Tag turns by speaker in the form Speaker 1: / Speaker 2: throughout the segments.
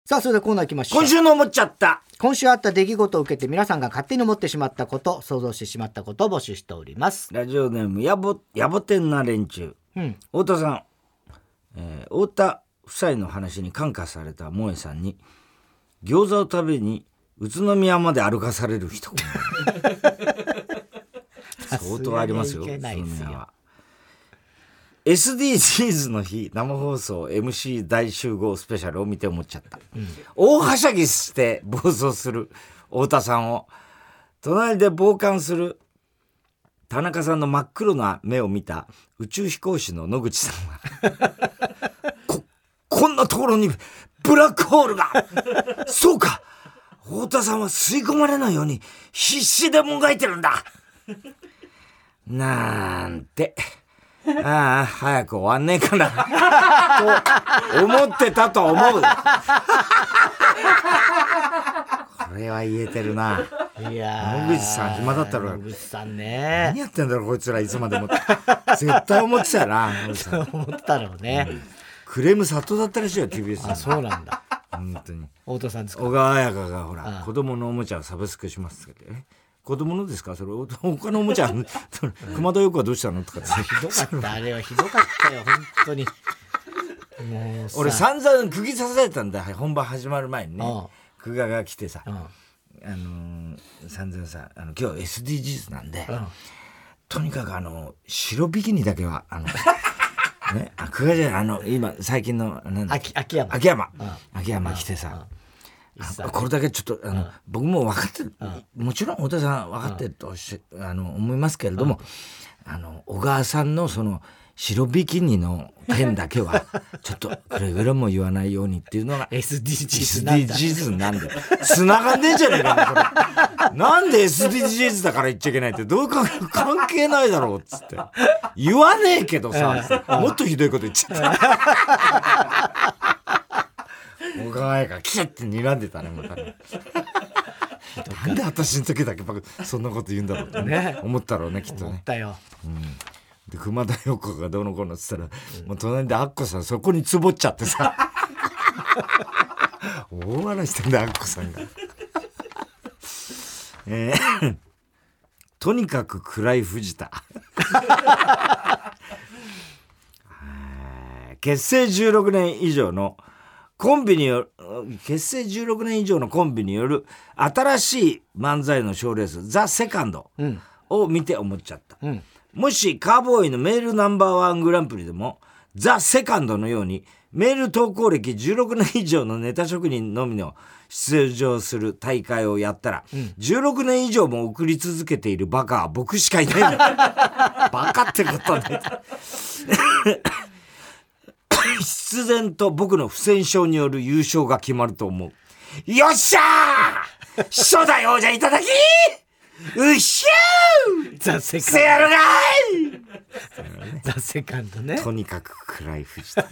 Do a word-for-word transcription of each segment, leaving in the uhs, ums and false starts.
Speaker 1: さあそれではコーナー行きましょう。
Speaker 2: 今週の思っちゃった。
Speaker 1: 今週あった出来事を受けて皆さんが勝手に思ってしまったこと、想像してしまったことを募集しております。
Speaker 2: ラジオネームやぼやぼてんな連中、うん、太田さん、えー、太田夫妻の話に感化された萌えさんに餃子を食べに宇都宮まで歩かされる人相当ありますよ。宇都宮は エスディージーズ の日生放送 エムシー 大集合スペシャルを見て思っちゃった、うん、大はしゃぎして暴走する太田さんを隣で傍観する田中さんの真っ黒な目を見た宇宙飛行士の野口さんはこ, こんなところにブラックホールがそうか太田さんは吸い込まれないように必死でもがいてるんだなんてああ早く終わんねえかなと思ってたと思うこれは言えてるな。
Speaker 1: いや
Speaker 2: 野口さん暇だったろ。
Speaker 1: 野口さんね
Speaker 2: 何やってんだろこいつらいつまでも絶対思ってたよな
Speaker 1: そう思ったろうね、うん、
Speaker 2: クレーム殺到だったらしいよ ティービーエス に。
Speaker 1: あそうなんだ
Speaker 2: 本当に
Speaker 1: 太田さんですか。
Speaker 2: 小川彩香がほら子供のおもちゃをサブスクしますってえ子供のですかそれ他のおもちゃ熊田曜子はどうしたのとか
Speaker 1: ひどかったあれはひどかったよ本当に
Speaker 2: もう俺散々釘刺されたんだ本番始まる前にね久我が来てさあのー、散々さあの今日 エスディージーズ なんでとにかくあの白ビキニだけはあのね久我じゃないあの今最近のなんだ
Speaker 1: 秋, 秋山
Speaker 2: 秋山秋山来てさこれだけちょっとあの、うん、僕も分かってる、うん、もちろん太田さん分かってるとし、うん、あの思いますけれども、うん、あの小川さんのその白ビキニの件だけはちょっとくれぐれも言わないようにっていうのが
Speaker 1: エスディージーズ
Speaker 2: なんで繋がんねえじゃねえかこれなんで エスディージーズ だから言っちゃいけないってどういうか関係ないだろうっつって言わねえけどさもっとひどいこと言っちゃった小川彩がキャッて睨んでたねまたねなんで私の時だけそんなこと言うんだろうって、ね、思ったろうねきっとね
Speaker 1: 思ったよ、
Speaker 2: うん、で熊田曜子がどうのこうのっつったら、うん、もう隣でアッコさんそこにつぼっちゃってさ大笑いしてんだアッコさんが、えー、とにかく暗い藤田結成じゅうろくねん以上のコンビによる結成じゅうろくねん以上のコンビによる新しい漫才の賞レースザ・セカンドを見て思っちゃった、うん、もしカーボーイのメールナンバーワングランプリでもザ・セカンドのようにメール投稿歴じゅうろくねん以上のネタ職人のみの出場する大会をやったら、うん、じゅうろくねん以上も送り続けているバカは僕しかいないんだバカってことはね必然と僕の不戦勝による優勝が決まると思う。よっしゃー初代王者いただきうっしゃー
Speaker 1: ザ・セカンド
Speaker 2: せやるがい
Speaker 1: ザ・セカンドね。
Speaker 2: とにかく暗い藤田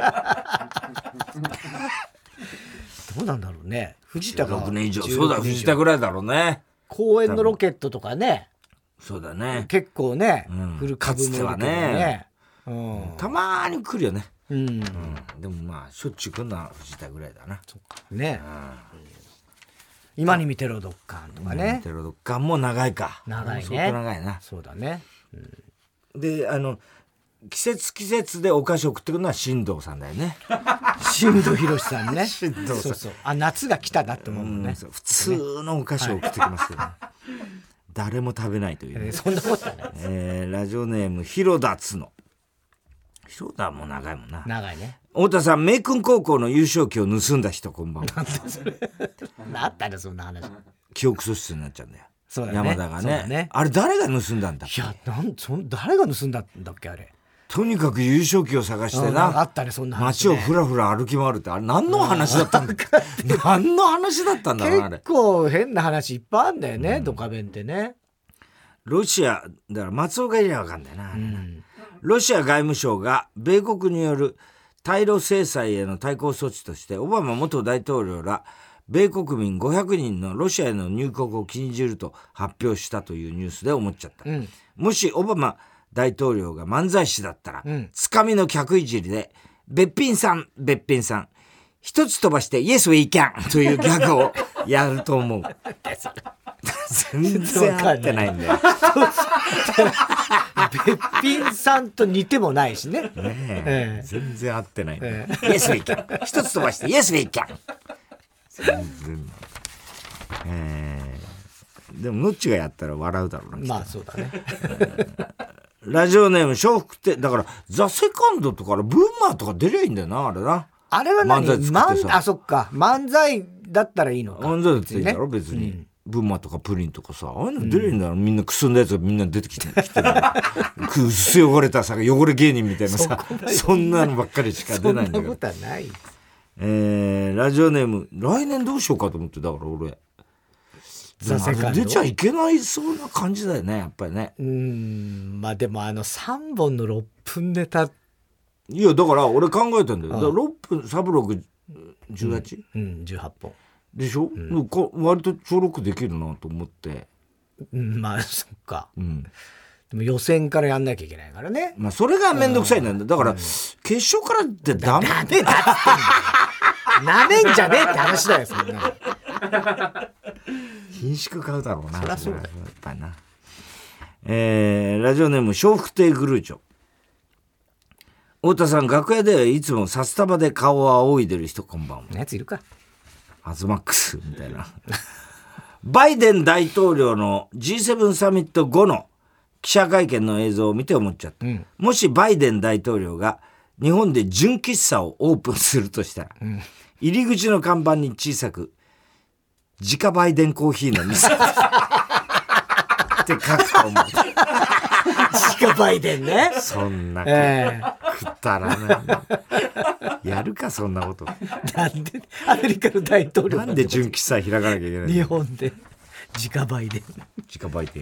Speaker 1: どうなんだろうね藤田が
Speaker 2: じゅうろくねん以上そうだ藤田ぐらいだろうね。
Speaker 1: 公園のロケットとかね
Speaker 2: そうだね
Speaker 1: 結構ね、
Speaker 2: うん、
Speaker 1: フル
Speaker 2: かつてはね、
Speaker 1: うん、
Speaker 2: たまーに来るよね
Speaker 1: うんうん、
Speaker 2: でもまあしょっちゅう来るのは藤田ぐらいだな。
Speaker 1: そうかね、うん、今に見てろドッカンとかね。
Speaker 2: 今に見てろドッカンも長いか
Speaker 1: 長いね
Speaker 2: 相当長いな。
Speaker 1: そうだね、
Speaker 2: うん、であの季節季節でお菓子送ってくるのは新藤さんだよね
Speaker 1: 新藤博さんね
Speaker 2: 新藤さんそう
Speaker 1: そうあ夏が来たなって思うもんね、
Speaker 2: うん、普通のお菓子を送ってきますけど、ねはい、誰も食べないという、ね
Speaker 1: えー、そんなことはない、
Speaker 2: えー、ラジオネーム広田つの広田も長いもんな。
Speaker 1: 長いね。
Speaker 2: 太田さん明君高校の優勝旗を盗んだ人こんばんは。
Speaker 1: なんでそれあったねそんな話。
Speaker 2: 記憶喪失になっちゃうんだよ。
Speaker 1: そうだね
Speaker 2: 山田が ね,
Speaker 1: ね
Speaker 2: あれ誰が盗んだんだっけ。
Speaker 1: いやなんそ誰が盗んだんだっけあれ。
Speaker 2: とにかく優勝旗を探してな
Speaker 1: あったねそんな話、
Speaker 2: ね、街をふらふら歩き回るってあれ何の話だったんだ何の話だったんだろうあれ。
Speaker 1: 結構変な話いっぱいあんだよね、うん、ドカベンってね。
Speaker 2: ロシアだから松尾がいりゃ分かんだよな、うん、ロシア外務省が米国による対ロ制裁への対抗措置としてオバマ元大統領ら米国民ごひゃくにんのロシアへの入国を禁じると発表したというニュースで思っちゃった、うん、もしオバマ大統領が漫才師だったら、うん、つかみの客いじりでべっぴんさんべっぴんさん一つ飛ばして「Yes we can」というギャグをやると思う。全然合ってないんだよ。
Speaker 1: べっぴんさんと似てもないしね。ね
Speaker 2: ええ、全然合ってないんだよ。ええ、Yes we can。一つ飛ばして「Yes we can」。全然。えー、でもノッチがやったら笑うだろうな。
Speaker 1: まあそうだね。
Speaker 2: ラジオネーム笑福亭だからザ・セカンドとかブンマーとか出りゃいいんだよなあれな。
Speaker 1: あれは何漫才作ってさあそっか漫才だったらいいのか。
Speaker 2: 漫才だっていいんだろ別に、うん、ブンマーとかプリンとかさああいうの出りゃいいんだよ、うん、みんなくすんだやつがみんな出てきてきてくす汚れたさ汚れ芸人みたいなさ そ, そんなのばっかりしか出ないんだけど。
Speaker 1: そんなことはない。
Speaker 2: えー、ラジオネーム来年どうしようかと思ってだから俺ザセカンド出ちゃいけないそうな感じだよねやっぱりね。
Speaker 1: うーんまあでもあのさんぼんのろっぷんネタ
Speaker 2: いやだから俺考えたんだよ。だからろっぷんサブロクじゅうはち、
Speaker 1: うん、うん、じゅうはっぽん
Speaker 2: でしょ、うん、割とちょろくできるなと思って、
Speaker 1: うん、まあそっか、うん、でも予選からやんなきゃいけないからね。
Speaker 2: まあそれがめんどくさいんだだから、うん、決勝からってダメ
Speaker 1: ダメだってなめんじゃねえって話だよそんな
Speaker 2: 品種買うだろうな。
Speaker 1: そりゃそうだよ
Speaker 2: やっぱりな。えー、ラジオネーム笑福亭グルーチョ。太田さん楽屋ではいつも札束で顔を仰いでる人こんばんは。
Speaker 1: やついるか
Speaker 2: アズマックスみたいなバイデン大統領の ジーセブン サミット後の記者会見の映像を見て思っちゃった、うん、もしバイデン大統領が日本で純喫茶をオープンするとしたら、うん、入り口の看板に小さく自家バイデンコーヒーの店って書くと思う
Speaker 1: 自家バイデンね。
Speaker 2: そんな、えー、くったらないやるかそんなこと。
Speaker 1: なんでアメリカの大統領
Speaker 2: なんで純喫茶開かなきゃいけない。
Speaker 1: 日本で自家バイデン
Speaker 2: 自家バイデン。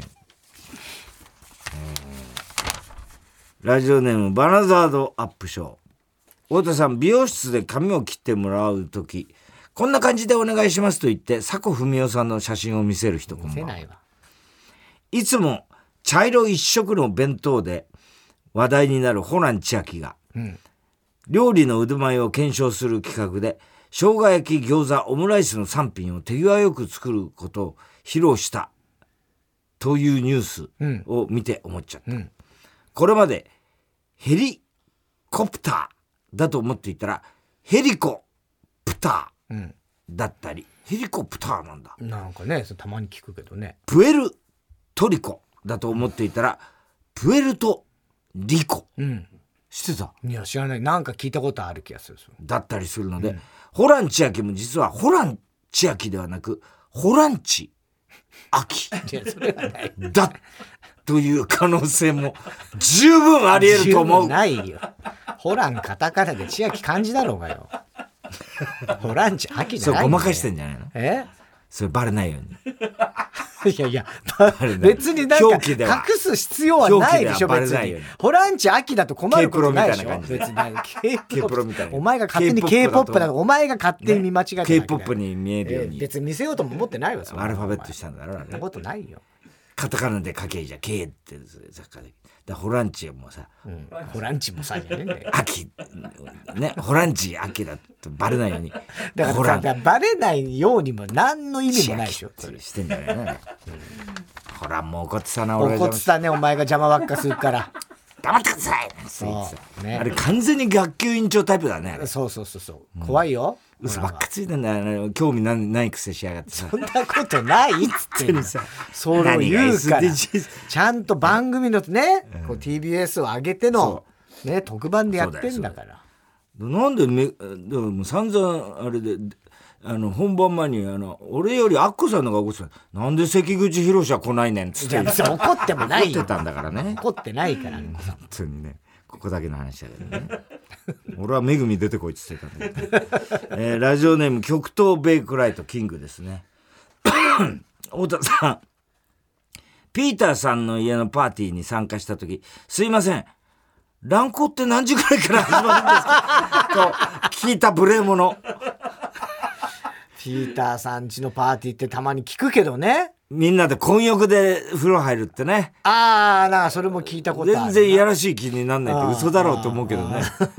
Speaker 2: ラジオネームバナザードアップショー。太田さん美容室で髪を切ってもらうときこんな感じでお願いしますと言って佐古文夫さんの写真を見せる人こんばんは。
Speaker 1: 見せないわ。
Speaker 2: いつも茶色一色の弁当で話題になるホラン千秋が、うん、料理の腕前を検証する企画で生姜焼き餃子オムライスのさん品を手際よく作ることを披露したというニュースを見て思っちゃった、うん、これまでヘリコプターだと思っていたらヘリコプターだったり、うん、ヘリコプターなんだ。
Speaker 1: なんかねたまに聞くけどね。
Speaker 2: プエルトリコだと思っていたら、うん、プエルトリコ、うん、知ってた？
Speaker 1: いや知らない。なんか聞いたことある気がする。
Speaker 2: だったりするので、うん、ホラン千秋も実はホラン千秋ではなくホランチ秋だという可能性も十分あり得ると思う。
Speaker 1: 十分ないよ。ホランカタカナで千秋漢字だろうがよ。ホランチ秋じゃない。
Speaker 2: そうごまかしてんじゃないの？
Speaker 1: え？
Speaker 2: それバレないように。
Speaker 1: いやいや別になんか隠す必要はないでしょ別に。ホランチ秋だと困ることないでしょ別に。K プロみたいな。お前が勝手に K-ポップ だとお前が勝手に見間違えただけだよ。
Speaker 2: K-ポップ に見えるように。
Speaker 1: 別に見せようとも思ってないわ。
Speaker 2: アルファベットしたんだろうな。
Speaker 1: そんなことないよ。
Speaker 2: カタカナで書けじゃ K って作家で。だホランチもさ、
Speaker 1: うん、ホランチもさじゃねえんだよ。
Speaker 2: 秋ねホランチ秋だとバレないように。
Speaker 1: だからだバレないようにも何の意味もないでしょ。
Speaker 2: それしてんだよね。ホランも怒ってたな
Speaker 1: 俺。怒ってたねお前が邪魔ばっかするから。
Speaker 2: 黙ってください。そうね。あれ完全に学級委員長タイプだね。
Speaker 1: そうそうそうそう。怖いよ。
Speaker 2: 嘘ばっかついてんだよ。興味ないくせしやがってさ。
Speaker 1: そんなことないっつってんさ。そう言うから。ちゃんと番組のね、うん、こう ティービーエス を上げてのね特番でやってんだから。
Speaker 2: なんでめでも散々あれであの本番前にあの俺よりアッコさんのが怒ってた。なんで関口宏は来ないねんっつって。
Speaker 1: 怒ってもないよ。
Speaker 2: 怒ってたんだからね。
Speaker 1: 怒ってないから。
Speaker 2: 本当にね。ここだけの話だけどね。俺はめぐみ出てこいっつってたんだけど、えー、ラジオネーム極東ベイクライトキングですね。太田さんピーターさんの家のパーティーに参加した時すいません乱行って何時ぐらいから始まるんですかと聞いた無礼者。
Speaker 1: ピーターさん家のパーティーってたまに聞くけどね。
Speaker 2: みんなで混浴で風呂入るってね。
Speaker 1: ああ、なんかそれも聞いたことある。
Speaker 2: 全然いやらしい気になんないって嘘だろうと思うけどね。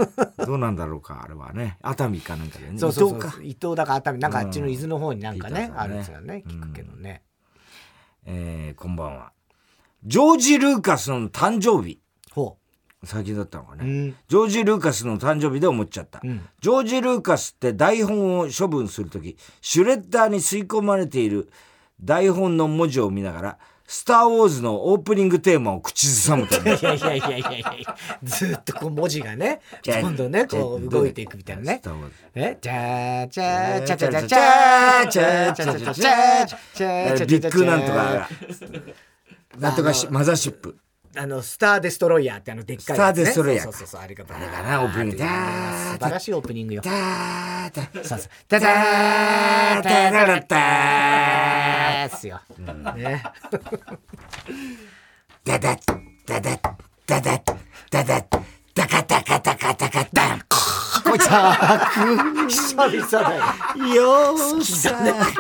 Speaker 2: どうなんだろうかあれはね、熱海かなんかでね。
Speaker 1: そうそうそう、伊東か伊東だか熱海なんかあっちの伊豆の方になんかね、うん、あるんですよね、聞くけどね、
Speaker 2: うん、えー、こんばんは。ジョージ・ルーカスの誕生日、
Speaker 1: ほう
Speaker 2: 最近だったのかね、うん、ジョージ・ルーカスの誕生日で思っちゃった、うん、ジョージ・ルーカスって台本を処分するときシュレッダーに吸い込まれている台本の文字を見ながらスター・ウォーズのオープニングテーマを口ずさむと
Speaker 1: いやいやいやいやいやいやずっとこう文字がねどんどんねこう動いていくみたいなね。えじゃーじゃーちゃちゃちゃちゃちゃちゃちゃちゃちゃちゃ
Speaker 2: ビッグなんとかなんとかマザーシップ
Speaker 1: あのスターデストロイヤーってあのでっかいやつね。
Speaker 2: スターデストロイヤー
Speaker 1: そうそうそうあれが
Speaker 2: あれかなオープニング
Speaker 1: 素晴らしいオープニングよ。
Speaker 2: ダーダ
Speaker 1: ーそうそうダダーダダダダーですよ。ね。
Speaker 2: ダダダダダダダダダダカダカダカダカダン
Speaker 1: こいつは久々だよ。
Speaker 2: よーさ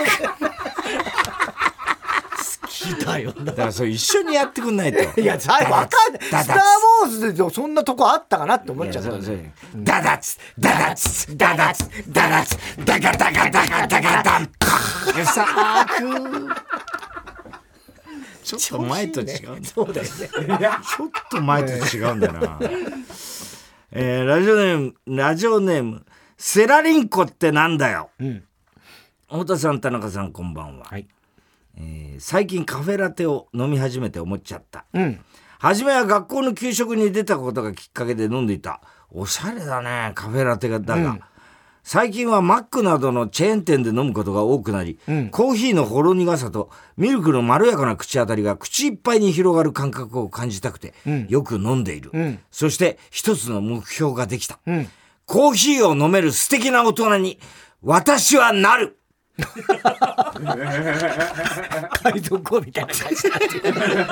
Speaker 1: 好きだよな。
Speaker 2: だからそれ一緒にやってくんないと。
Speaker 1: いやさ分かんない。スター・ウォーズでそんなとこあったかなって思っちゃった。
Speaker 2: ダダツダダツダダツダダツダカダカダカダカダンさあちょっと前と違う、
Speaker 1: ね、そうだよね
Speaker 2: ちょっと前と違うんだな、えー、ラジオネームラジオネームセラリンコってなんだよ、うん、太田さん田中さんこんばんは、はいえー、最近カフェラテを飲み始めて思っちゃった、うん、初めは学校の給食に出たことがきっかけで飲んでいた。おしゃれだねカフェラテがだが、うん最近はマックなどのチェーン店で飲むことが多くなり、うん、コーヒーのほろ苦さとミルクのまろやかな口当たりが口いっぱいに広がる感覚を感じたくて、うん、よく飲んでいる、うん、そして一つの目標ができた、うん、コーヒーを飲める素敵な大人に私はなる
Speaker 1: 海賊王みたいな感じになって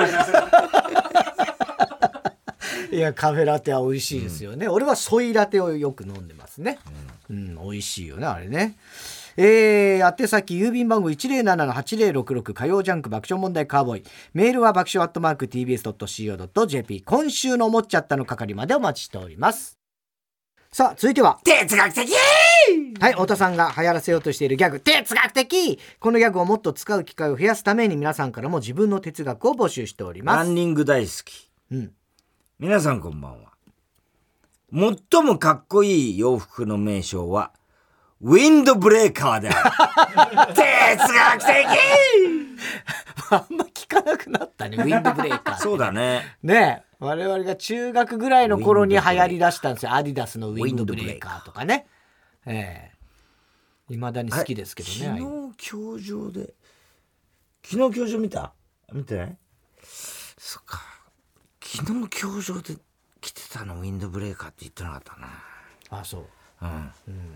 Speaker 1: るいやカフェラテは美味しいですよね、うん、俺はソイラテをよく飲んでますね、うん、うん、美味しいよねあれね。えー、宛先郵便番号 いちぜろななのはちぜろろくろく 火曜ジャンク爆笑問題カーボーイ。メールは爆笑アットマーク ティービーエスドットシーオードットジェーピー。 今週の思っちゃったの係までお待ちしております。さあ続いては
Speaker 2: 哲学的。
Speaker 1: はい、太田さんが流行らせようとしているギャグ哲学的。このギャグをもっと使う機会を増やすために皆さんからも自分の哲学を募集しております。
Speaker 2: ランニング大好き、うん、皆さんこんばんは。最もかっこいい洋服の名称はウィンドブレーカーである哲学的
Speaker 1: あんま聞かなくなったねウィンドブレーカー
Speaker 2: そうだね。
Speaker 1: ねえ我々が中学ぐらいの頃に流行りだしたんですよ。アディダスのウィンドブレーカーとかね。ええー、未だに好きですけどね。
Speaker 2: 昨日教場で昨日教場見た見てない。そっか昨日教場で着てたのウィンドブレーカーって言ってなかったな。
Speaker 1: あそう、
Speaker 2: うんうん、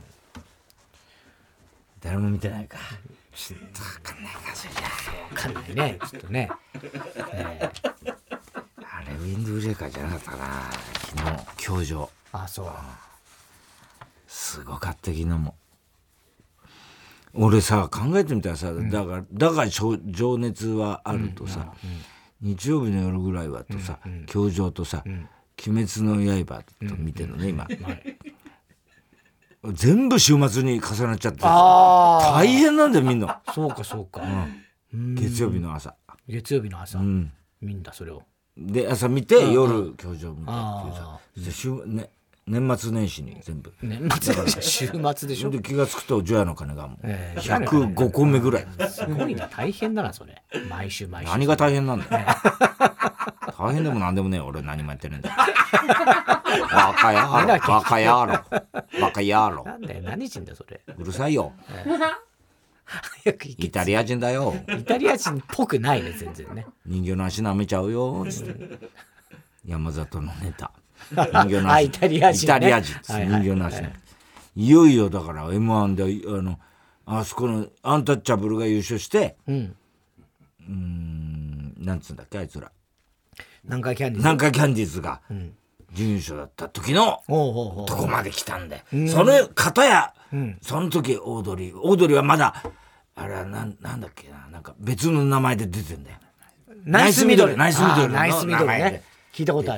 Speaker 2: 誰も見てないか。ちょっと分かんないかそれじゃ
Speaker 1: 分かんないねちょっとね、えー、
Speaker 2: あれウィンドブレーカーじゃなかったな昨日教場。
Speaker 1: あそう、うん、
Speaker 2: すごかった昨日も。俺さ考えてみたらさ、うん、だからだから情熱はあるとさ、うんうんうん、日曜日の夜ぐらいはとさ、うんうん、教場とさ、うん、鬼滅の刃と見てるのね、うんうん、今、はい、全部週末に重なっちゃって大変なんだよみんな。
Speaker 1: そうかそうか、
Speaker 2: うん、月曜日の朝
Speaker 1: 月曜日の朝、うん、見んだそれを
Speaker 2: で朝見て、うん、夜教場見たっていうさ週、ね、年末年始に全部
Speaker 1: 年末年始週末でしょ。
Speaker 2: で気がつくと除夜の鐘がもうひゃくごこめぐらい、
Speaker 1: えー、すごいな大変だなそれ毎週毎週。
Speaker 2: 何が大変なんだよ大変でも何でもねえ俺何もやってねえんだよバカ野郎バカ野郎バカ野郎
Speaker 1: なんだよ何人だそれ。
Speaker 2: うるさいよ、えー、早くイタリア人だよ。
Speaker 1: イタリア人っぽくないね全然ね。
Speaker 2: 人形の足舐めちゃうよつって山里のネタ
Speaker 1: 人形の足イタリア人、ね、
Speaker 2: イタリア人、はいはい、人形の足、ね、いよいよだから エムワン であのあそこのアンタッチャブルが優勝して、うん、うーんなんつうんだっけあいつら
Speaker 1: 南海キャンディーズ
Speaker 2: 南海キャンディーズが準優勝だった時のとこまで来たんで、うん、その方や、うん、その時オードリーオードリーはまだあれはなん、なんだっけななんか別の名前で出てんだよ。
Speaker 1: ナイスミドル
Speaker 2: ナイスミドル
Speaker 1: ナイスミドルね聞いたことある。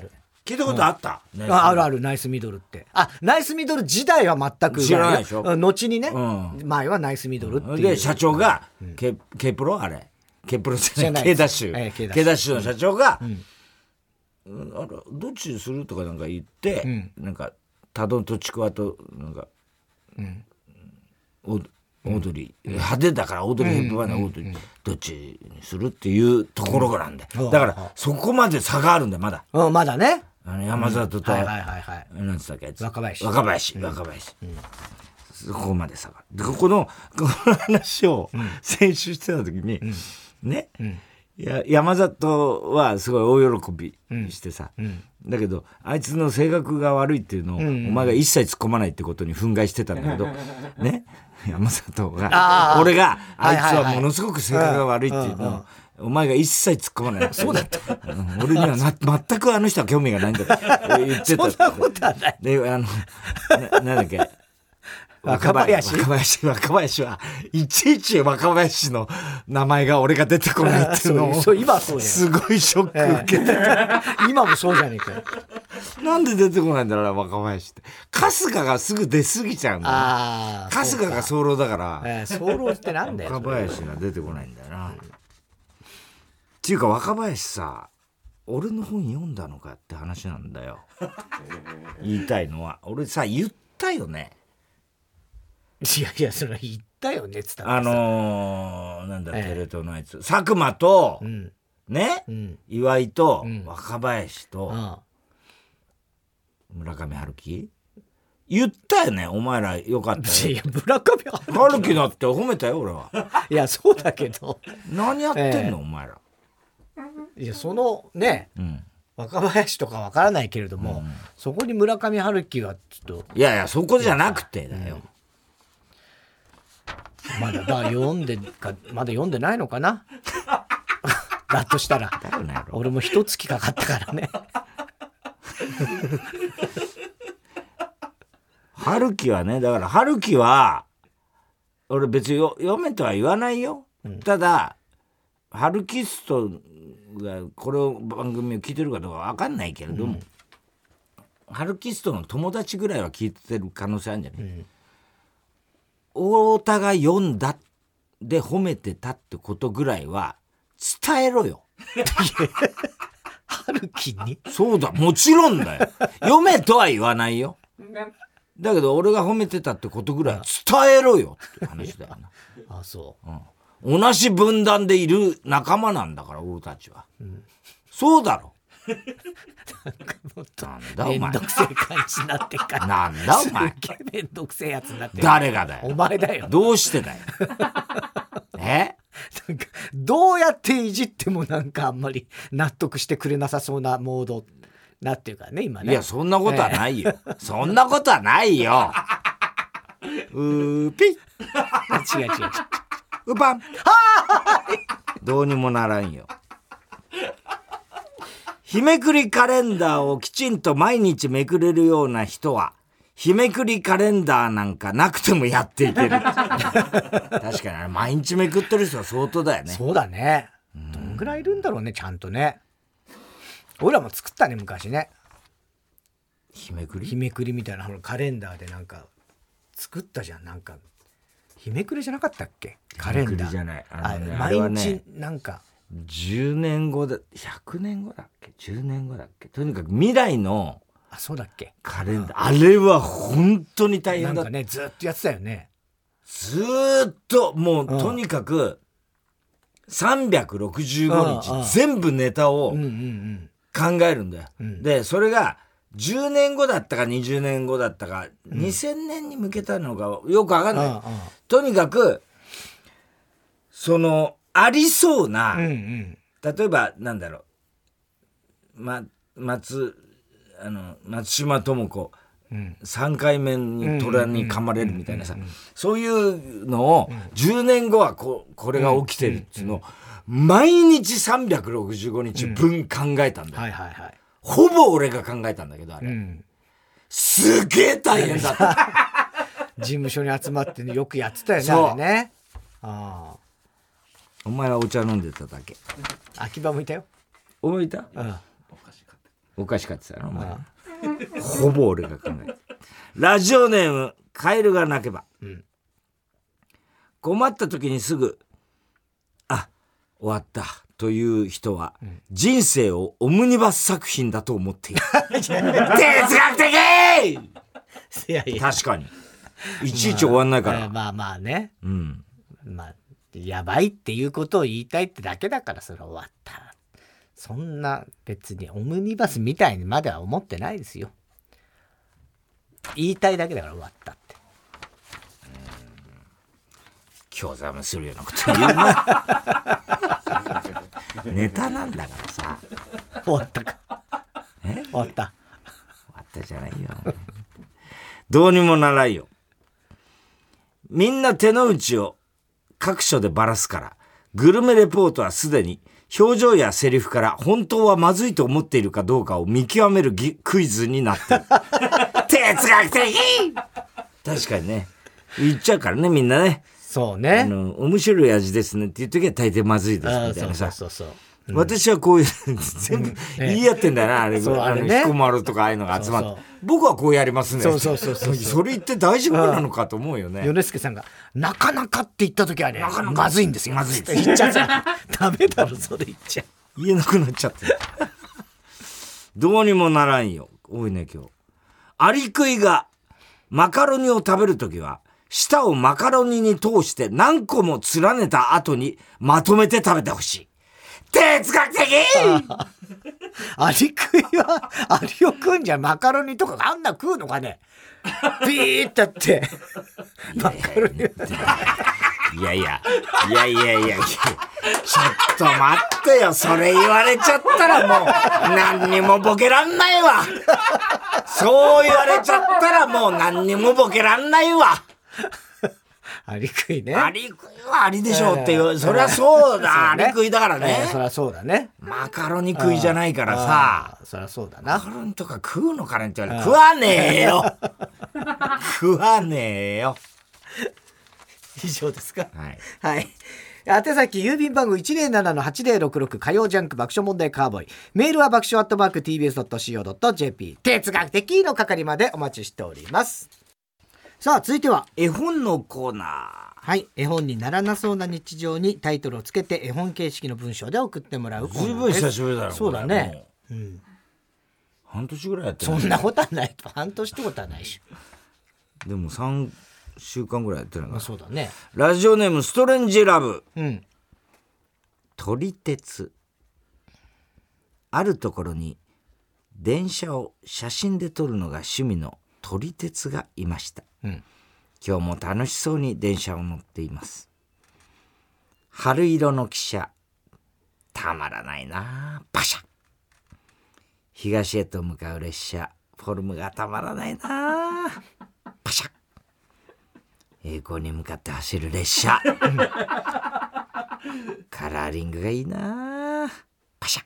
Speaker 2: 聞いたことあった、
Speaker 1: うん、あ, あるあるナイスミドルってあナイスミドル時代は全く
Speaker 2: 知らないでしょ。
Speaker 1: 後にね、うん、前はナイスミドルっていう
Speaker 2: で社長が、うん、K, K プロあれ K プロじゃない K ダッシュ、ええ、K ダッシュの社長が、うん、あらどっちにするとかなんか言って、うん、なんかタドンとちくわとなんか、うん、オードリー、うん、派手だからオードリー・ヘップバーンのオードリー、うん、どっちにするっていうところがなんで、うん、だからそこまで差があるんだよまだ、
Speaker 1: うん、まだね
Speaker 2: あの山里と、
Speaker 1: うん、はいはいはいはい、
Speaker 2: なんつったっけやつ
Speaker 1: 若林
Speaker 2: 若林、うん、若林、うん、そこまで差がでここのこの話を先週してた時に、うん、ね、うん、いや山里はすごい大喜びしてさ、うんうん、だけどあいつの性格が悪いっていうのを、うんうん、お前が一切突っ込まないってことに憤慨してたんだけどね山里が俺があいつはものすごく性格が悪いっていうのをお前が一切突っ込まない。
Speaker 1: そうだった。
Speaker 2: うん、俺にはな全くあの人は興味がないんだって言ってた。
Speaker 1: そんなことはない。
Speaker 2: で、あの、な, なんだっけ。
Speaker 1: 若林
Speaker 2: 若林若林はいちいち若林の名前が俺が出てこないっていうのを
Speaker 1: そう今はそうや
Speaker 2: すごいショック受けて、え
Speaker 1: ー、今もそうじゃねえかよ。
Speaker 2: なんで出てこないんだろう若林って春日がすぐ出過ぎちゃうんだよ。
Speaker 1: あ
Speaker 2: 春日が早漏だから、
Speaker 1: えー、早漏ってなんだよ
Speaker 2: 若林が出てこないんだよな、うん、っていうか若林さ俺の本読んだのかって話なんだよ言いたいのは俺さ言ったよね。
Speaker 1: いやいやそれ言ったよねっつったら
Speaker 2: あのー、なんだ、ええ、テレ東のやつ佐久間と、うん、ね、うん、岩井と、うん、若林と、うん、村上春樹言ったよねお前らよかったよ。
Speaker 1: いや村上
Speaker 2: 春樹だって褒めたよ俺は。
Speaker 1: いやそうだけど
Speaker 2: 何やってんの、ええ、お前ら。
Speaker 1: いやそのね、うん、若林とかわからないけれども、うん、そこに村上春樹がちょっと
Speaker 2: いやいやそこじゃなくてだよ、
Speaker 1: うん、まだだ読んでかまだ読んでないのかなだとしたら俺も一月かかったからね
Speaker 2: 春樹はねだから春樹は俺別によ読めとは言わないよ、うん、ただ春キストがこれを番組を聞いてるかどうか分かんないけれども、うん、春キストの友達ぐらいは聞いてる可能性あるんじゃない、うん、太田が読んだで褒めてたってことぐらいは伝えろよ
Speaker 1: 春樹に
Speaker 2: そうだもちろんだよ読めとは言わないよだけど俺が褒めてたってことぐらい伝えろよって話だよな
Speaker 1: あそう、
Speaker 2: うん同じ分断でいる仲間なんだから俺たちは、うん、そうだろ
Speaker 1: なんかもっとめんどくせえ感じになってっから
Speaker 2: なんだお前
Speaker 1: すげえめんどくせえやつになってる
Speaker 2: 誰がだよ
Speaker 1: お前だよ
Speaker 2: どうしてだよえ
Speaker 1: なんかどうやっていじってもなんかあんまり納得してくれなさそうなモードなっていうからね今ね
Speaker 2: いやそんなことはないよ、えー、そんなことはないようーぴっ
Speaker 1: 違う違う違う
Speaker 2: うぱんどうにもならんよ日めくりカレンダーをきちんと毎日めくれるような人は日めくりカレンダーなんかなくてもやっていける確かにあれ毎日めくってる人は相当だよね。
Speaker 1: そうだねどんぐらいいるんだろうねちゃんとね俺らも作ったね昔ね
Speaker 2: 日めくり
Speaker 1: 日めくりみたいなカレンダーでなんか作ったじゃんなんか日めくりじゃなかったっけカレンダー。日めくり
Speaker 2: じゃない。
Speaker 1: あのね、毎日、ね、なんか。
Speaker 2: じゅうねんごだ、ひゃくねんごだっけ ?じゅうねんごだっけとにかく未来の
Speaker 1: あ、そうだっけ
Speaker 2: カレンダー。あれは本当に大変だった。
Speaker 1: なんかね、ずっとやってたよね。
Speaker 2: ずっと、もうとにかくさんびゃくろくじゅうごにち全部ネタを考えるんだよ。うんうんうん、で、それが、じゅうねんごだったかにじゅうねんごだったか、うん、にせんねんに向けたのかよくわかんない、うんうん、とにかくそのありそうな、うんうん、例えばなんだろう、ま、松あの松島智子、うん、さんかいめに虎に噛まれるみたいなさ、そういうのをじゅうねんごは こ, これが起きてるっていうのを毎日さんびゃくろくじゅうごにち分考えたんだよ、うんはいはいはい、ほぼ俺が考えたんだけどあれ、うん、すげえ大変だった
Speaker 1: 事務所に集まって、ね、よくやってたよねあれねあ
Speaker 2: お前はお茶飲んでただけ
Speaker 1: 秋葉もいたよ
Speaker 2: お前いた、
Speaker 1: うん、
Speaker 2: お菓子買っておかしかったなお前。ほぼ俺が考えて。ラジオネームカエルが鳴けば、うん、困った時にすぐあ終わったという人は、うん、人生をオムニバス作品だと思っている。哲学的。いやいや確かにいちいち終わんないから、
Speaker 1: まあ、まあまあね、うん、まあやばいっていうことを言いたいってだけだからそれ終わった。そんな別にオムニバスみたいにまでは思ってないですよ。言いたいだけだから終わったって。
Speaker 2: 興ざめするようなこと言うな。ネタなんだからさ。
Speaker 1: 終わったか。え終わった。
Speaker 2: 終わったじゃないよ。どうにもならんよ。みんな手の内を各所でばらすから、グルメレポートはすでに表情やセリフから本当はまずいと思っているかどうかを見極めるクイズになってる。哲学的。確かにね言っちゃうからねみんなね。
Speaker 1: そうね。
Speaker 2: あの面白い味ですねっていう時は大抵まずいですみたいなさ。
Speaker 1: そうそうそうそう、
Speaker 2: うん、私はこういう全部言い合ってんだよな、あれ。そうあれね。彦摩呂とかああいうのが集まって。そうそう僕はこうやりますね。
Speaker 1: そうそうそうそう。
Speaker 2: それ言って大丈夫なのかと思うよね。
Speaker 1: 米助さんがなかなかって言った時はね、なかなかまずいんですよ。まずいって言っちゃった。ダメだろそれ言っちゃう。
Speaker 2: 言えなくなっちゃって。どうにもならんよ。多いね今日。アリクイがマカロニを食べるときは舌をマカロニに通して何個も連ねた後にまとめて食べてほしい。哲学的。
Speaker 1: アリクイはアリを食うんじゃマカロニとかあんな食うのかね。ピーってやってマカロニ。
Speaker 2: いやいやいやいやいやちょっと待ってよ。それ言われちゃったらもう何にもボケらんないわ。そう言われちゃったらもう何にもボケらんないわ。
Speaker 1: アリクイね。
Speaker 2: アリクイはアリでしょうっていう、えー、そりゃそうだ、ね、アリクイだからね、
Speaker 1: えー、そりゃそうだね。
Speaker 2: マカロニ食いじゃないからさ。
Speaker 1: そりゃそうだな。
Speaker 2: マカロニとか食うのかねって言われて食わねえよ。食わねえよ。
Speaker 1: 以上ですか。
Speaker 2: はい、
Speaker 1: はい。宛先郵便番号 いちまるななのはちまるろくろく 火曜ジャンク爆笑問題カーボーイ。メールは爆笑アットマーク ティービーエスドットシーオードットジェーピー 哲学的の係までお待ちしております。さあ続いては
Speaker 2: 絵本のコーナー。
Speaker 1: はい、絵本にならなそうな日常にタイトルをつけて絵本形式の文章で送ってもらうコーナーです。
Speaker 2: 十分久しぶりだよ。
Speaker 1: そうだね、うん、
Speaker 2: 半年ぐらいやってる。
Speaker 1: そんなことはないと。半年ってことはないし。
Speaker 2: でもさんしゅうかんぐらいやってるのか、まあ、
Speaker 1: そうだね。
Speaker 2: ラジオネームストレンジラブ、
Speaker 1: うん、
Speaker 2: 撮り鉄。あるところに電車を写真で撮るのが趣味の撮り鉄がいました、
Speaker 1: うん、
Speaker 2: 今日も楽しそうに電車を乗っています。春色の汽車、たまらないな。パシャ。東へと向かう列車、フォルムがたまらないな。パシャ。栄光に向かって走る列車カラーリングがいいな。パシャ。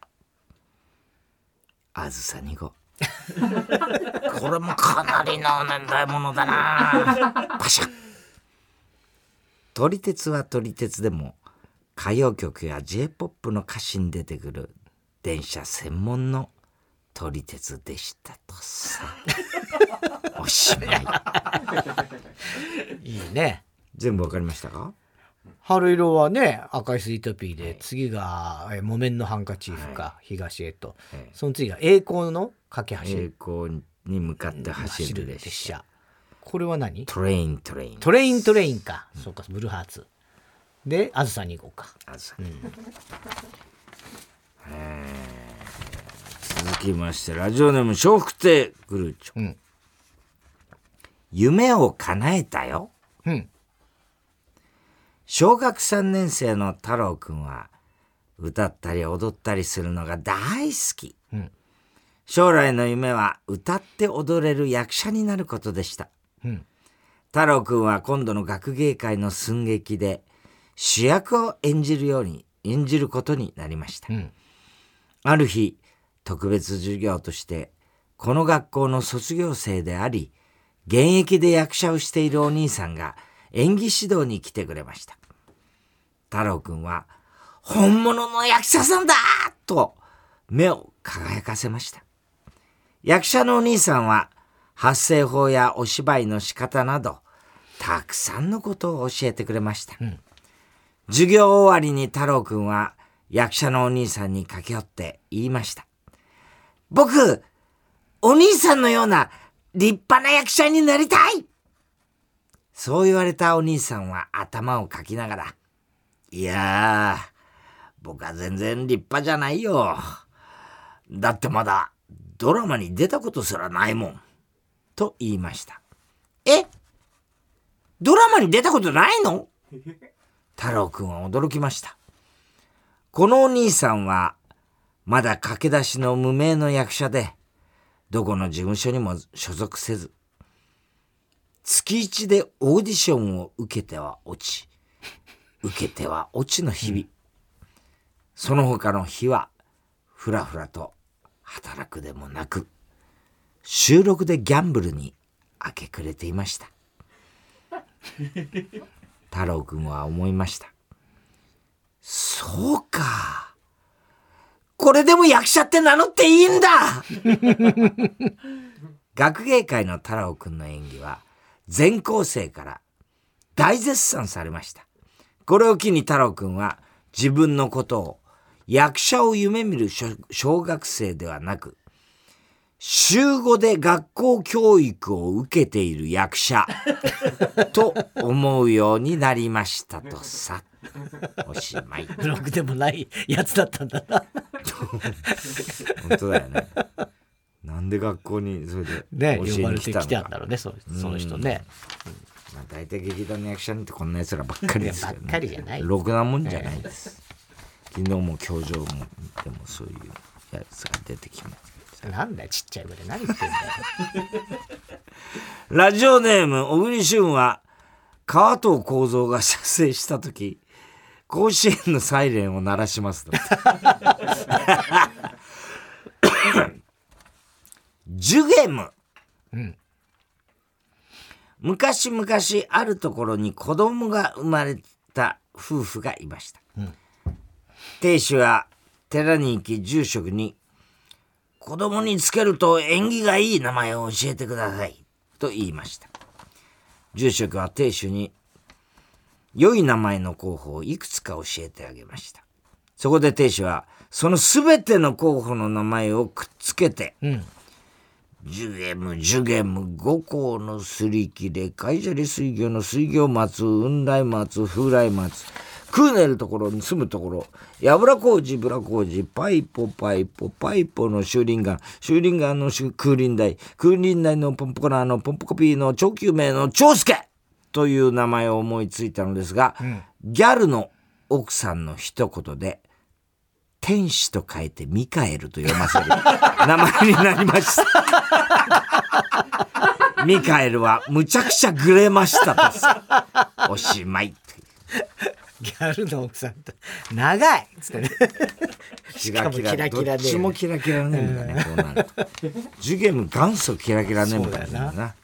Speaker 2: あずさに号これもかなりの年代物だな。パシャ。撮り鉄は撮り鉄でも歌謡曲や J-ポップ の歌詞に出てくる電車専門の撮り鉄でしたとさ。おしまい。
Speaker 1: いいね。
Speaker 2: 全部わかりましたか？
Speaker 1: 春色はね、赤いスイートピーで、はい、次がえ木綿のハンカチーフか、はい、東へと、はい、その次が栄光の架け橋。
Speaker 2: 栄光に向かって走る列車。
Speaker 1: これは何？
Speaker 2: トレイントレイン。
Speaker 1: トレイントレインか。うん、そうか、ブルーハーツ。で、あずさに号か。
Speaker 2: あずさに号。うん、続きまして、ラジオネーム笑福亭グルーチョ。うん、夢を叶えたよ。
Speaker 1: うん。
Speaker 2: 小学さんねん生の太郎くんは歌ったり踊ったりするのが大好き、
Speaker 1: うん、
Speaker 2: 将来の夢は歌って踊れる役者になることでした、
Speaker 1: うん、
Speaker 2: 太郎くんは今度の学芸会の寸劇で主役を演じるように演じることになりました、
Speaker 1: うん、
Speaker 2: ある日特別授業としてこの学校の卒業生であり現役で役者をしているお兄さんが演技指導に来てくれました。太郎くんは本物の役者さんだと目を輝かせました。 役者のお兄さんは発声法やお芝居の仕方などたくさんのことを教えてくれました、うん、授業終わりに太郎くんは役者のお兄さんに駆け寄って言いました。僕、お兄さんのような立派な役者になりたい。そう言われたお兄さんは頭をかきながら、いやー、僕は全然立派じゃないよ。だってまだドラマに出たことすらないもん。と言いました。え？ドラマに出たことないの？太郎くんは驚きました。このお兄さんはまだ駆け出しの無名の役者で、どこの事務所にも所属せず、月一でオーディションを受けては落ち、受けては落ちの日々、うん、その他の日はふらふらと働くでもなく、収録でギャンブルに明け暮れていました。太郎くんは思いました。そうか、これでも役者って名乗っていいんだ。学芸会の太郎くんの演技は全校生から大絶賛されました。これを機に太郎くんは自分のことを役者を夢見る小学生ではなく、週ごで学校教育を受けている役者と思うようになりましたとさ。おしまい。
Speaker 1: ブログでもないやつだったんだな。
Speaker 2: 本当だよね。なんで学校にそれで教えに来たのか、ね、呼ばれてきたんだろうね、その人ね。まあ、大体劇団の役者ってこんなやつらばっかりですよね。
Speaker 1: ばっかりじゃない。
Speaker 2: ろくなもんじゃないです。昨日も教場もでもそういうやつが出てきます。
Speaker 1: なんだよ、ちっちゃい声で何言ってんだよ。
Speaker 2: ラジオネーム小栗旬は川藤幸三が射精した時、甲子園のサイレンを鳴らしますと。ジュゲム、うん、昔々あるところに子供が生まれた夫婦がいました、うん、亭主は寺に行き住職に、子供につけると縁起がいい名前を教えてくださいと言いました。住職は亭主に良い名前の候補をいくつか教えてあげました。そこで亭主はそのすべての候補の名前をくっつけて、うん、ジュゲムジュゲム五行のすり切れ海砂利水魚の水魚松雲来松風来松クーネルところに住むところ、やぶらこうじぶらこうじパイポパイポパイポのシューリンガンシューリンガンの空林大空林大のポンポコナーのポンポコピーの長久名の長介という名前を思いついたのですが、うん、ギャルの奥さんの一言で天使と書いてミカエルと読ませる名前になりました。ミカエルはむちゃくちゃグレましたとさ。おしまい。
Speaker 1: ギャルの奥さんと長いっつってね。
Speaker 2: キラキラキラキラでどっちもキラキラネームだね、こうなると。ジュゲム元祖キラキラネームだよな。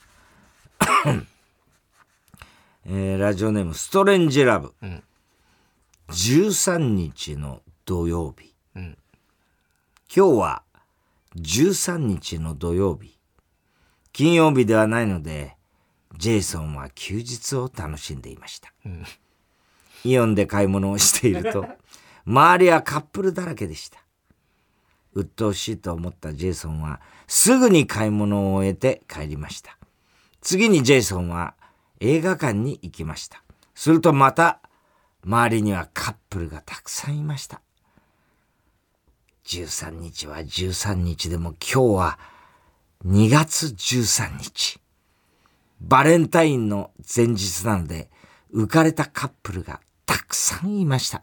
Speaker 2: えー、ラジオネームストレンジラブ、うん、じゅうさんにちの土曜日、うん、今日はじゅうさんにちの土曜日、金曜日ではないのでジェイソンは休日を楽しんでいました、うん、イオンで買い物をしていると周りはカップルだらけでした。鬱陶しいと思ったジェイソンはすぐに買い物を終えて帰りました。次にジェイソンは映画館に行きました。するとまた周りにはカップルがたくさんいました。じゅうさんにちはじゅうさんにちでも今日はにがつじゅうさんにち。バレンタインの前日なので浮かれたカップルがたくさんいました。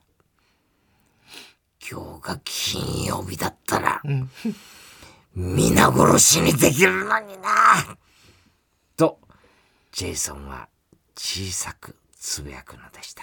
Speaker 2: 今日が金曜日だったら、うん、皆殺しにできるのになとジェイソンは小さくつぶやくのでした。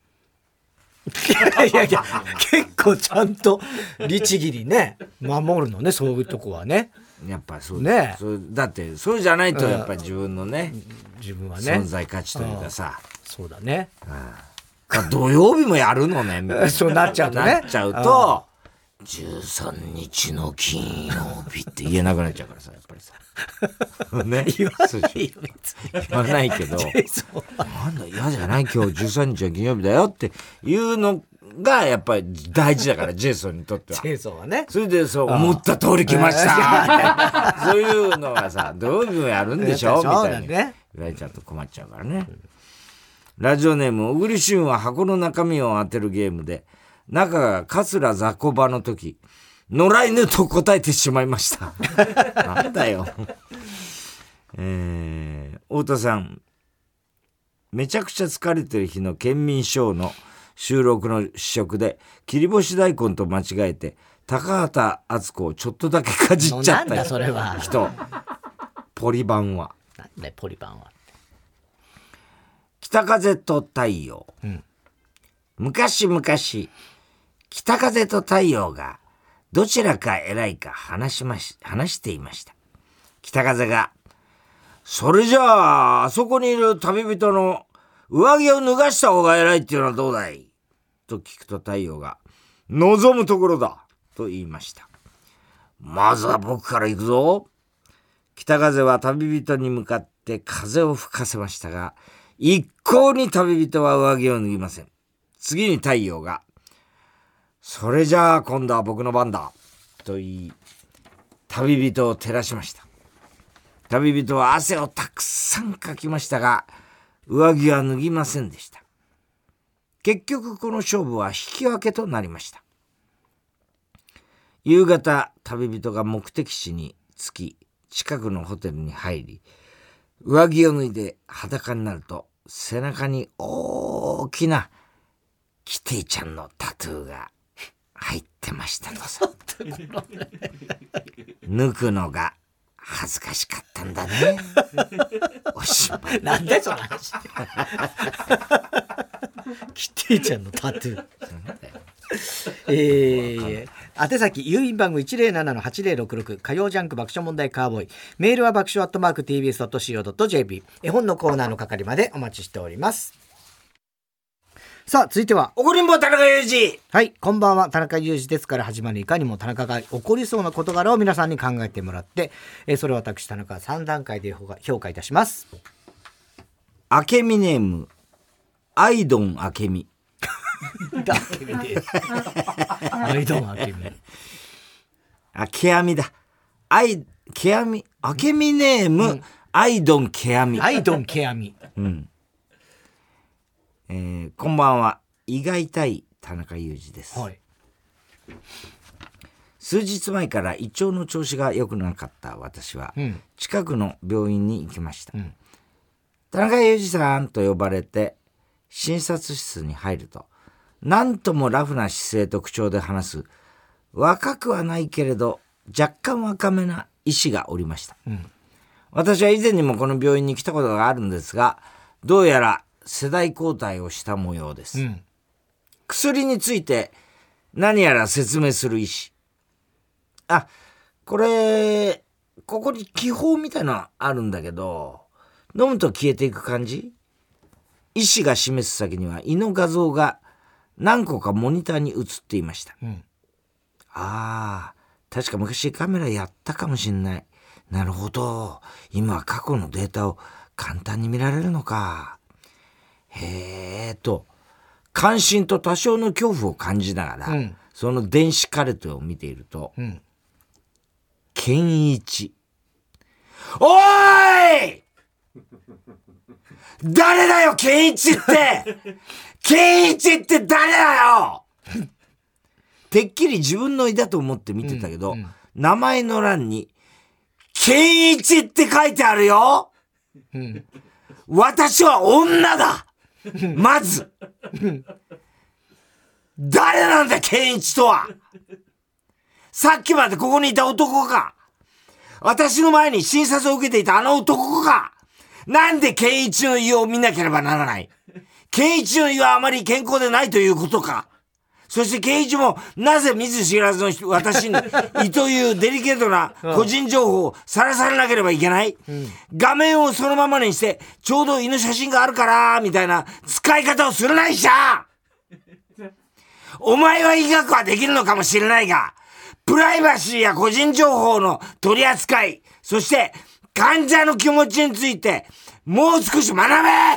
Speaker 1: いやいや、結構ちゃんと律儀にね守るのね、そういうとこはね。
Speaker 2: やっぱそうね。そうだってそうじゃないとやっぱり自分のね、
Speaker 1: 自分はね
Speaker 2: 存在価値というかさ。
Speaker 1: そうだね。
Speaker 2: 土曜日もやるのねみたいな。
Speaker 1: そうなっちゃうとね。
Speaker 2: なっちゃうとじゅうさんにちの金曜日って言えなくなっちゃうからさ、やっぱりさ。ね、
Speaker 1: 言わないよ、別
Speaker 2: に。言わないけど、なんだ、嫌じゃない今日じゅうさんにちは金曜日だよっていうのが、やっぱり大事だから、ジェイソンにとっては。
Speaker 1: ジェイソンはね。
Speaker 2: それで、そう、思った通り来ましたそういうのがさ、土曜日もやるんでしょみたいに言われちゃうと困っちゃうからね。ラジオネーム、小栗旬は箱の中身を当てるゲームで、中が桂雑魚場の時、野良犬と答えてしまいました。なんだよ。えー、太田さん、めちゃくちゃ疲れてる日の県民ショーの収録の試食で、切り干し大根と間違えて、高畑敦子をちょっとだけかじっちゃった人。なんだ
Speaker 1: それは。
Speaker 2: 人。ポリバンは。
Speaker 1: なんだポリバンは。
Speaker 2: 北風と太陽。うん、昔々、北風と太陽がどちらか偉いか話しまし、話していました。北風が、それじゃあ、あそこにいる旅人の上着を脱がした方が偉いっていうのはどうだいと聞くと太陽が、望むところだと言いました。まずは僕から行くぞ。北風は旅人に向かって風を吹かせましたが、一向に旅人は上着を脱ぎません。次に太陽が、それじゃあ今度は僕の番だと言い、旅人を照らしました。旅人は汗をたくさんかきましたが、上着は脱ぎませんでした。結局この勝負は引き分けとなりました。夕方、旅人が目的地に着き、近くのホテルに入り、上着を脱いで裸になると、背中に大きなキティちゃんのタトゥーが入ってましたのさ。抜くのが恥ずかしかったんだね。おしまい。
Speaker 1: なんでその話。キティちゃんのタトゥー。えー、宛先郵便番号 いちぜろななのはちぜろろくろく 火曜ジャンク爆笑問題カーボーイ、メールは爆笑アットマーク ティービーエスドットシーオードットジェーピー、 絵本のコーナーの係までお待ちしております。さあ続いては
Speaker 2: 怒りんぼ田中裕二。
Speaker 1: はい、こんばんは、田中裕二ですから始まるいかにも田中が起こりそうな事柄を皆さんに考えてもらって、えー、それを私田中はさん段階で評価いたします。
Speaker 2: あけみネームアイドンあけみ。
Speaker 1: だけみでアイドンあけみ、
Speaker 2: あけあみだ、アイけあみ、あけみネーム、うん、アイドンけあみ、
Speaker 1: アイドンけあみ、
Speaker 2: うん、えー、こんばんは、胃が痛い田中裕二です、はい、数日前から胃腸の調子が良くなかった私は、うん、近くの病院に行きました、うん、田中裕二さんと呼ばれて診察室に入ると、なんともラフな姿勢と口調で話す、若くはないけれど若干若めな医師がおりました、うん、私は以前にもこの病院に来たことがあるんですが、どうやら世代交代をした模様です、うん、薬について何やら説明する医師、あ、これここに気泡みたいなのあるんだけど、飲むと消えていく感じ。医師が示す先には胃の画像が何個かモニターに映っていました、うん、ああ、確か昔カメラやったかもしんない。なるほど、今は過去のデータを簡単に見られるのか。へえと関心と多少の恐怖を感じながら、うん、その電子カルテを見ていると、うん、健一、おーい誰だよ健一って健一って誰だよてっきり自分の胃だと思って見てたけど、うんうん、名前の欄に健一って書いてあるよ、うん、私は女だまず誰なんだ健一とは。さっきまでここにいた男か、私の前に診察を受けていたあの男か。なんで健一の胃を見なければならない。健一の胃はあまり健康でないということか。そして健一もなぜ見ず知らずの私に胃というデリケートな個人情報をさらされなければいけない、うん、画面をそのままにしてちょうど胃の写真があるからみたいな使い方をするないしゃ。 お前は医学はできるのかもしれないが、プライバシーや個人情報の取り扱い、そして患者の気持ちについてもう少し学べ。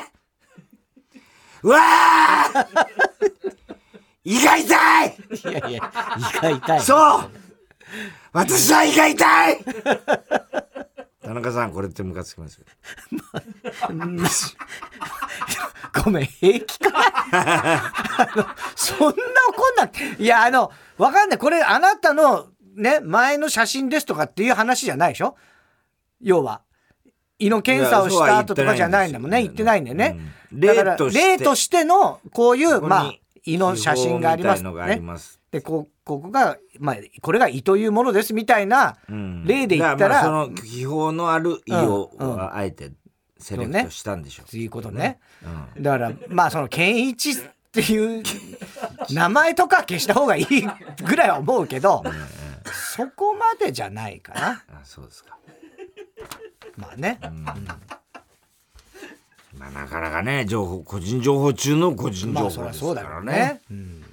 Speaker 2: うわー胃が痛い。
Speaker 1: いやいや、胃が痛い。
Speaker 2: そう私は胃が痛い。田中さん、これってムカつきますよ。
Speaker 1: ごめん、平気かそんな怒んなくて。いや、あの、わかんない。これ、あなたの、ね、前の写真ですとかっていう話じゃないでしょ、要は。胃の検査をした後とかじゃないんだもんね。言ってないんだよね。うん、だから、例としての、こういう、まあ、胃の写真がありますね。で、こう、ここが、まあ、これが胃というものですみたいな例で言ったら、
Speaker 2: うん、その気泡のある胃を、うんうん、あえてセレクトしたんでしょう。
Speaker 1: と、ね、いうことね。うん、だから、まあ、その、健一っていう名前とか消した方がいいぐらいは思うけど、うんうん、そこまでじゃないかな。
Speaker 2: あ、そうですか。
Speaker 1: まあね。うん、
Speaker 2: まあ、なかなかね、情報、個人情報中の個人情報ですからね。まあ、そうだよね。うん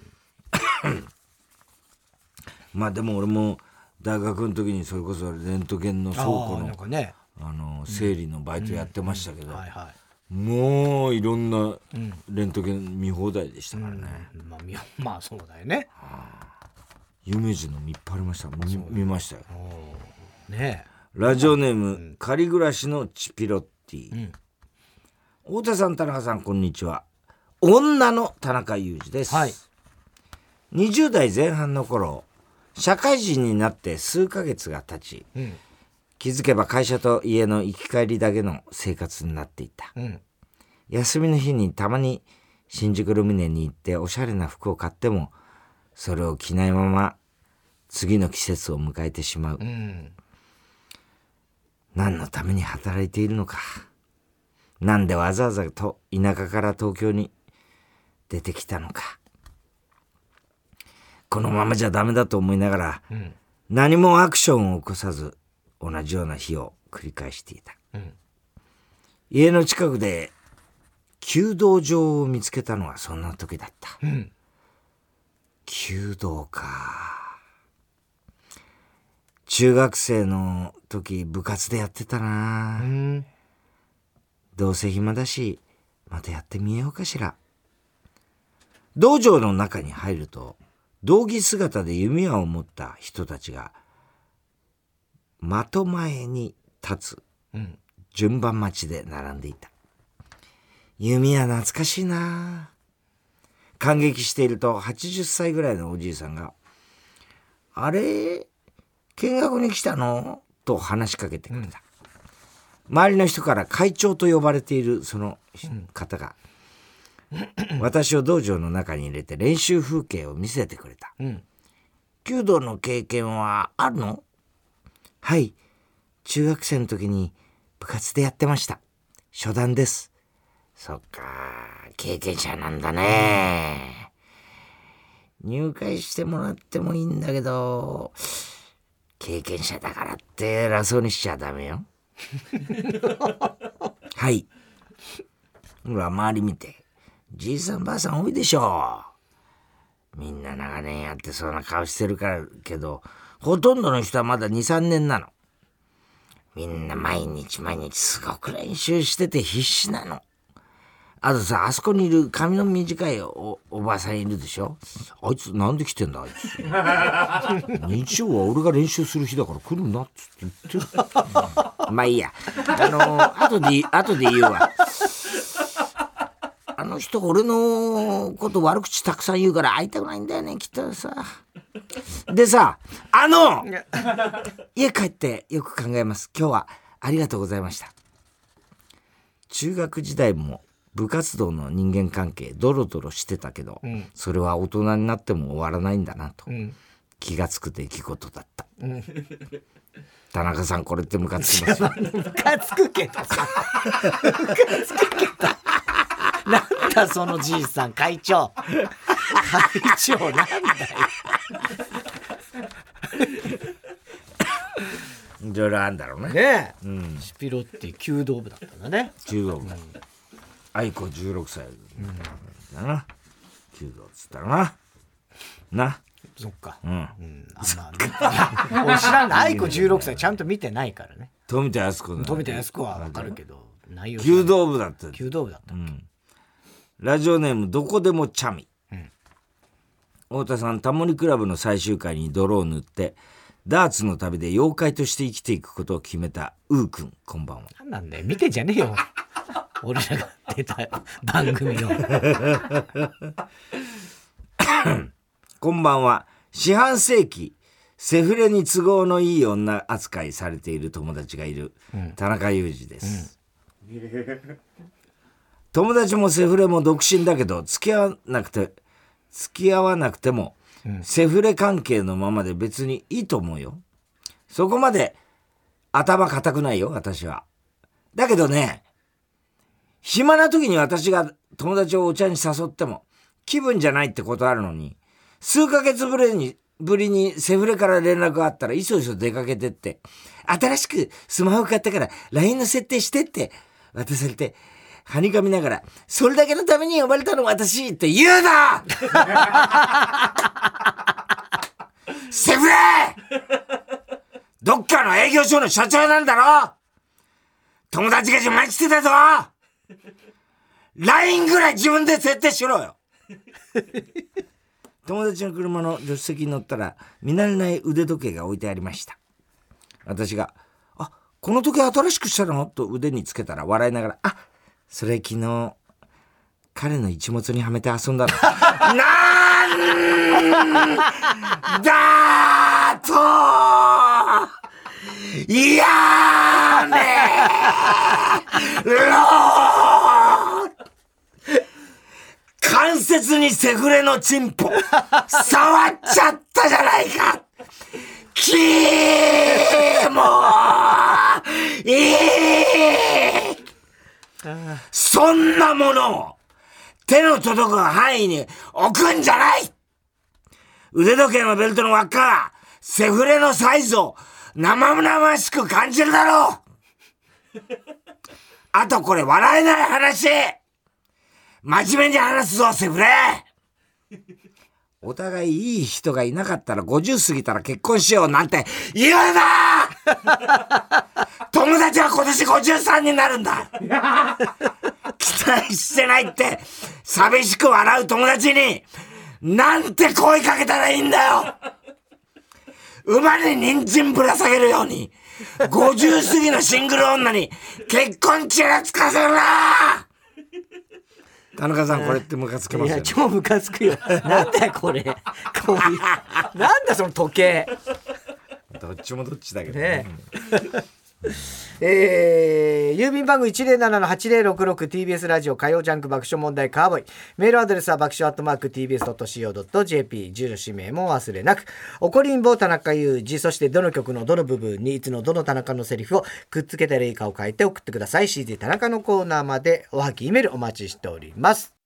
Speaker 2: まあでも俺も大学の時にそれこそレントゲンの倉庫の あ,、ね、あの整理のバイトやってましたけど、もういろんなレントゲン見放題でしたからね、
Speaker 1: うんうん、ま, あ、まあそうだよね、
Speaker 2: はあ、有名人の見っぱいありました。 見, 見ましたよ、
Speaker 1: ね、
Speaker 2: ラジオネーム、うん、仮暮らしのチピロッティ、うん、太田さん田中さんこんにちは。女の田中裕二です、はい、にじゅう代前半の頃社会人になって数ヶ月が経ち、うん、気づけば会社と家の行き帰りだけの生活になっていた、うん、休みの日にたまに新宿ルミネに行っておしゃれな服を買ってもそれを着ないまま次の季節を迎えてしまう、うん、何のために働いているのか、なんでわざわざと田舎から東京に出てきたのか、このままじゃダメだと思いながら、うん、何もアクションを起こさず同じような日を繰り返していた、うん、家の近くで弓道場を見つけたのはそんな時だった、うん、弓道か。中学生の時部活でやってたな、うん、どうせ暇だしまたやってみようかしら。道場の中に入ると道着姿で弓矢を持った人たちが的前に立つ、うん、順番待ちで並んでいた。弓矢懐かしいな。感激しているとはちじゅっさいぐらいのおじいさんが、あれ見学に来たのと話しかけてくれた、うん、周りの人から会長と呼ばれているその方が、うん、私を道場の中に入れて練習風景を見せてくれた、うん、弓道の経験はあるの？はい、中学生の時に部活でやってました。初段です。そっか、経験者なんだね。入会してもらってもいいんだけど、経験者だからって偉そうにしちゃダメよ。はい。ほら周り見て、じいさんばあさん多いでしょ。みんな長年やってそうな顔してるからけど、ほとんどの人はまだ にさんねんなの。みんな毎日毎日すごく練習してて必死なの。あとさ、あそこにいる髪の短い お, おばさんいるでしょ。あいつなんで来てんだあいつ。日曜は俺が練習する日だから来るなっつって言ってる。まあいいや。あの後で後で言うわ。あの人俺のこと悪口たくさん言うから会いたくないんだよねきっとさ。でさ、あの家帰ってよく考えます。今日はありがとうございました。中学時代も部活動の人間関係ドロドロしてたけど、うん、それは大人になっても終わらないんだなと、うん、気がつく出来事だった、うん、田中さんこれってムカつきますよ。
Speaker 1: ムカつくけどさムカつくけどなんだそのじいさん会長会長なんだよ
Speaker 2: いろいろあるんだろうね。
Speaker 1: ねえ、うん、シピロって弓道部だったんだね。
Speaker 2: 弓道部、うん、愛子じゅうろくさいだな、弓道っつったらな。 な。
Speaker 1: そっか。
Speaker 2: うん。うん、
Speaker 1: あまあ、俺知らん。愛子じゅうろくさいちゃんと見てないからね。
Speaker 2: 富田靖子だ。
Speaker 1: 富田靖子はわかるけど、
Speaker 2: 内容。弓道部だった。
Speaker 1: 弓道部だった。うん。
Speaker 2: ラジオネームどこでもチャミ。うん、太田さん、タモリクラブの最終回に泥を塗って、ダーツの旅で妖怪として生きていくことを決めたウー君、こんばんは。
Speaker 1: なんなんだよ、見てんじゃねえよ。俺らが出た番組の。
Speaker 2: こんばんは。四半世紀、セフレに都合のいい女扱いされている友達がいる、うん、田中裕二です。うん、友達もセフレも独身だけど、付き合わなくて、付き合わなくても、うん、セフレ関係のままで別にいいと思うよ。そこまで頭固くないよ、私は。だけどね、暇な時に私が友達をお茶に誘っても気分じゃないってことあるのに、数ヶ月ぶりにぶりにセフレから連絡があったらいそいそ出かけてって、新しくスマホ買ったから ライン の設定してって渡されて、はにかみながら、それだけのために呼ばれたの私って言うなセフレどっかの営業所の社長なんだろ。友達が自慢してたぞ。 ライン ぐらい自分で設定しろよ。友達の車の助手席に乗ったら見慣れない腕時計が置いてありました。私が、あ、この時計新しくしたのと腕につけたら笑いながら、あ、それ昨日彼の一物にはめて遊んだの。なんだといやねろ関節にセフレのチンポ触っちゃったじゃないか。キーもいいそんなものを手の届く範囲に置くんじゃない。腕時計のベルトの輪っかがセフレのサイズを生々しく感じるだろう。あとこれ笑えない話、真面目に話すぞセフレ。お互いいい人がいなかったらごじゅう過ぎたら結婚しようなんて言うな。友達は今年ごじゅうさんになるんだ。期待してないって寂しく笑う友達になんて声かけたらいいんだよ。馬に人参ぶら下げるようにごじゅう過ぎのシングル女に結婚ちらつかせるな。田中さん、これってムカつきますよね。
Speaker 1: いや超ムカつくよ。なんだよこれ。こういうなんだその時計。
Speaker 2: どっちもどっちだけどね。
Speaker 1: えー、郵便番号 いちゼロななのはちゼロろくろく ティービーエス ラジオ火曜ジャンク爆笑問題カーボーイ。メールアドレスは爆笑アットマーク ティービーエスドットシーオードットジェーピー。 住所氏名も忘れなく。おこりんぼ田中裕二、そしてどの曲のどの部分にいつのどの田中のセリフをくっつけたらいいかを書いて送ってください。 シーディー 田中のコーナーまでおはぎメールお待ちしております。